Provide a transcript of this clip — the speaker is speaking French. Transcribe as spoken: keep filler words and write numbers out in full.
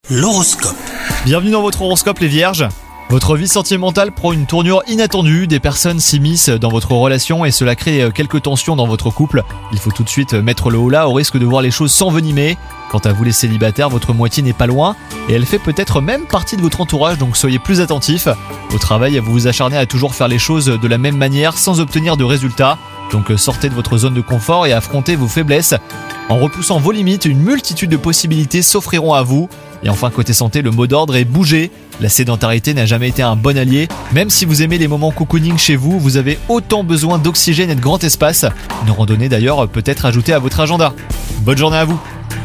L'horoscope. Bienvenue dans votre horoscope les vierges. Votre vie sentimentale prend une tournure inattendue, des personnes s'immiscent dans votre relation et cela crée quelques tensions dans votre couple. Il faut tout de suite mettre le haut là au risque de voir les choses s'envenimer. Quant à vous les célibataires, votre moitié n'est pas loin et elle fait peut-être même partie de votre entourage, donc soyez plus attentifs. Au travail, vous vous acharnez à toujours faire les choses de la même manière sans obtenir de résultats. Donc sortez de votre zone de confort et affrontez vos faiblesses. En repoussant vos limites, une multitude de possibilités s'offriront à vous. Et enfin, côté santé, le mot d'ordre est bouger. La sédentarité n'a jamais été un bon allié. Même si vous aimez les moments cocooning chez vous, vous avez autant besoin d'oxygène et de grand espace. Une randonnée d'ailleurs peut être ajoutée à votre agenda. Bonne journée à vous!